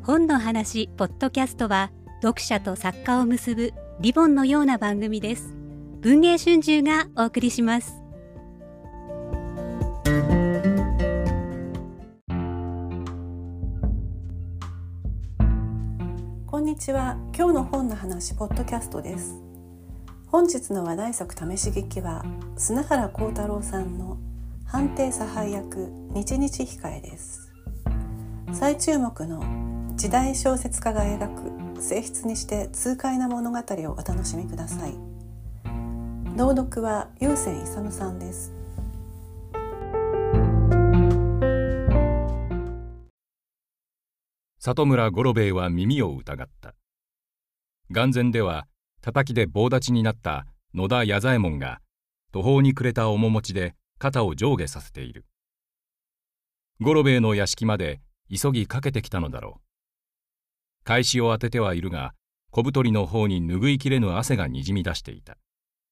本の話ポッドキャストは読者と作家を結ぶリボンのような番組です。文藝春秋がお送りします。 こんにちは。今日の本の話ポッドキャストです。本日の話題作試し聞きは砂原幸太郎さんの判定差配役日々控えです。最注目の時代小説家が描く静筆にして痛快な物語をお楽しみください。朗読は有線勇さんです。 里村五郎兵衛は耳を疑った。眼前では叩きで棒立ちになった野田弥左衛門が途方に暮れた面持ちで肩を上下させている。五郎兵衛の屋敷まで急ぎかけてきたのだろう。返しを当ててはいるが、小太りの方に拭いきれぬ汗がにじみ出していた。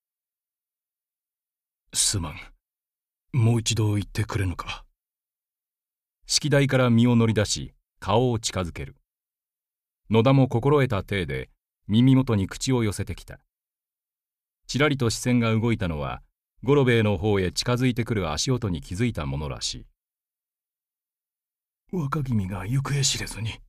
すまん。もう一度言ってくれぬか。 式台から身を乗り出し、顔を近づける。野田も心得た体で、耳元に口を寄せてきた。ちらりと視線が動いたのは、五郎兵衛の方へ近づいてくる足音に気づいたものらしい。若君が行方知れずに。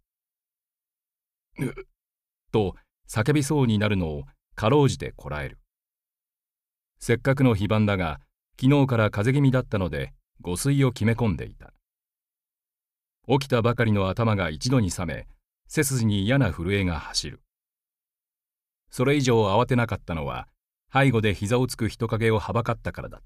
と叫びそうになるのをかろうじてこらえる。せっかくの非番だが、昨日から風邪気味だったので誤睡を決め込んでいた。起きたばかりの頭が一度に覚め、背筋に嫌な震えが走る。それ以上慌てなかったのは、背後で膝をつく人影をはばかったからだった。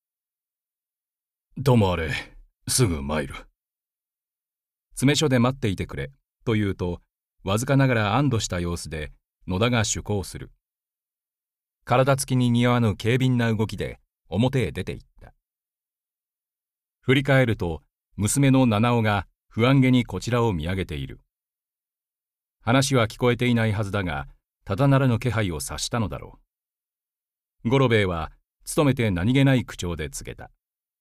ともあれ、すぐ参る。 詰所で待っていてくれと言うと、わずかながら安堵した様子で野田が出港する。体つきに似合わぬ軽敏な動きで表へ出て行った。振り返ると娘の七尾が不安げにこちらを見上げている。話は聞こえていないはずだが、ただならぬ気配を察したのだろう。五郎兵衛は努めて何気ない口調で告げた。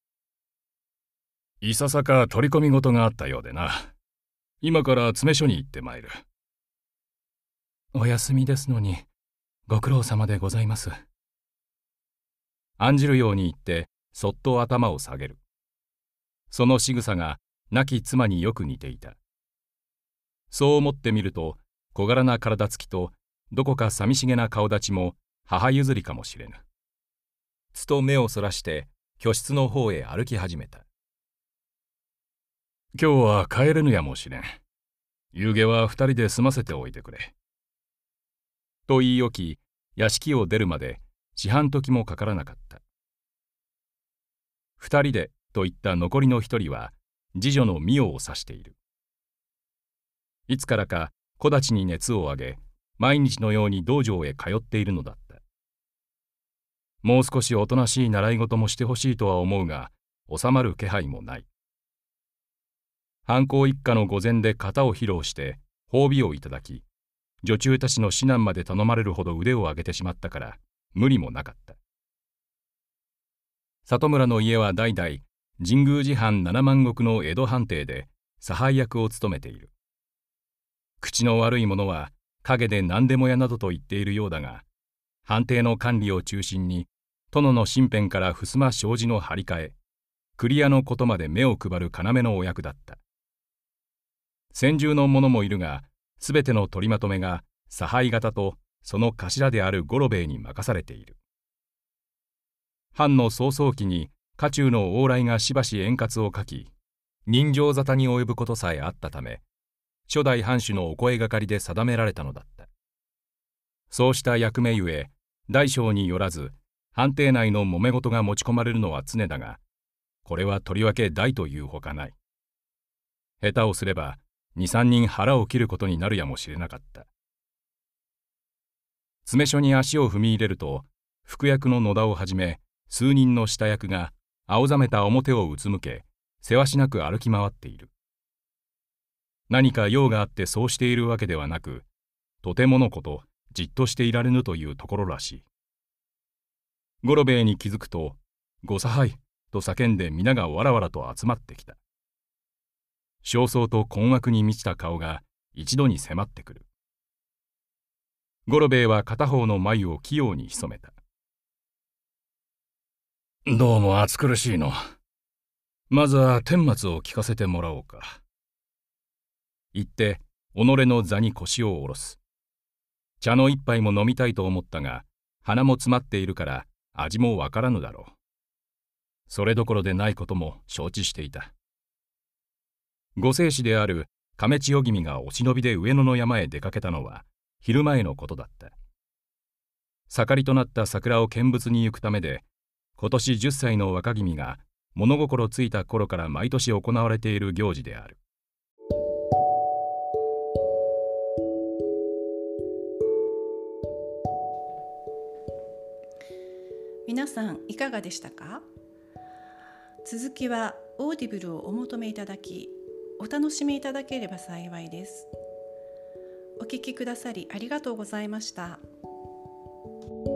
いささか取り込み事があったようでな。今から詰所に行ってまいる。 お休みですのに、ご苦労様でございます。 案じるように言って、そっと頭を下げる。その仕草が亡き妻によく似ていた。そう思ってみると、小柄な体つきと、どこか寂しげな顔立ちも母譲りかもしれぬ。つと目をそらして、居室の方へ歩き始めた。 今日は帰れぬやもしれん。夕げは二人で済ませておいてくれ。 と言い置き、屋敷を出るまで四半時もかからなかった。二人でと言った残りの一人は、次女の美代を指している。いつからか木立に熱を上げ、毎日のように道場へ通っているのだった。もう少しおとなしい習い事もしてほしいとは思うが、収まる気配もない。藩公一家の御前で型を披露して褒美をいただき、女中たちの指南まで頼まれるほど腕を上げてしまったから無理もなかった。里村の家は代々神宮寺藩7万石の江戸藩邸で差配役を務めている。口の悪い者は陰で何でも屋などと言っているようだが、藩邸の管理を中心に殿の身辺から襖障子の張り替え、栗屋のことまで目を配る要のお役だった。専従の者もいるが、すべての取りまとめが差配方とその頭である五郎兵衛に任されている。藩の草創期に家中の往来がしばし円滑を書き、人情沙汰に及ぶことさえあったため、初代藩主のお声がかりで定められたのだった。そうした役目ゆえ、大小によらず藩邸内の揉め事が持ち込まれるのは常だが、これはとりわけ大というほかない。下手をすれば2、3人腹を切ることになるやもしれなかった。詰所に足を踏み入れると、副役の野田をはじめ数人の下役が青ざめた表をうつむけ、せわしなく歩き回っている。何か用があってそうしているわけではなく、とてものことじっとしていられぬというところらしい。五郎兵衛に気づくと、ご差配と叫んで皆がわらわらと集まってきた。焦燥と困惑に満ちた顔が一度に迫ってくる。五郎兵衛は片方の眉を器用に潜めた。 どうも暑苦しいの。まずは顛末を聞かせてもらおうか。 言って己の座に腰を下ろす。茶の一杯も飲みたいと思ったが、鼻も詰まっているから味もわからぬだろう。それどころでないことも承知していた。御正子である亀千代君がお忍びで上野の山へ出かけたのは昼前のことだった。盛りとなった桜を見物に行くためで、今年10歳の若君が物心ついた頃から毎年行われている行事である。 皆さんいかがでしたか？続きはオーディブルをお求めいただき、お楽しみいただければ幸いです。お聞きくださりありがとうございました。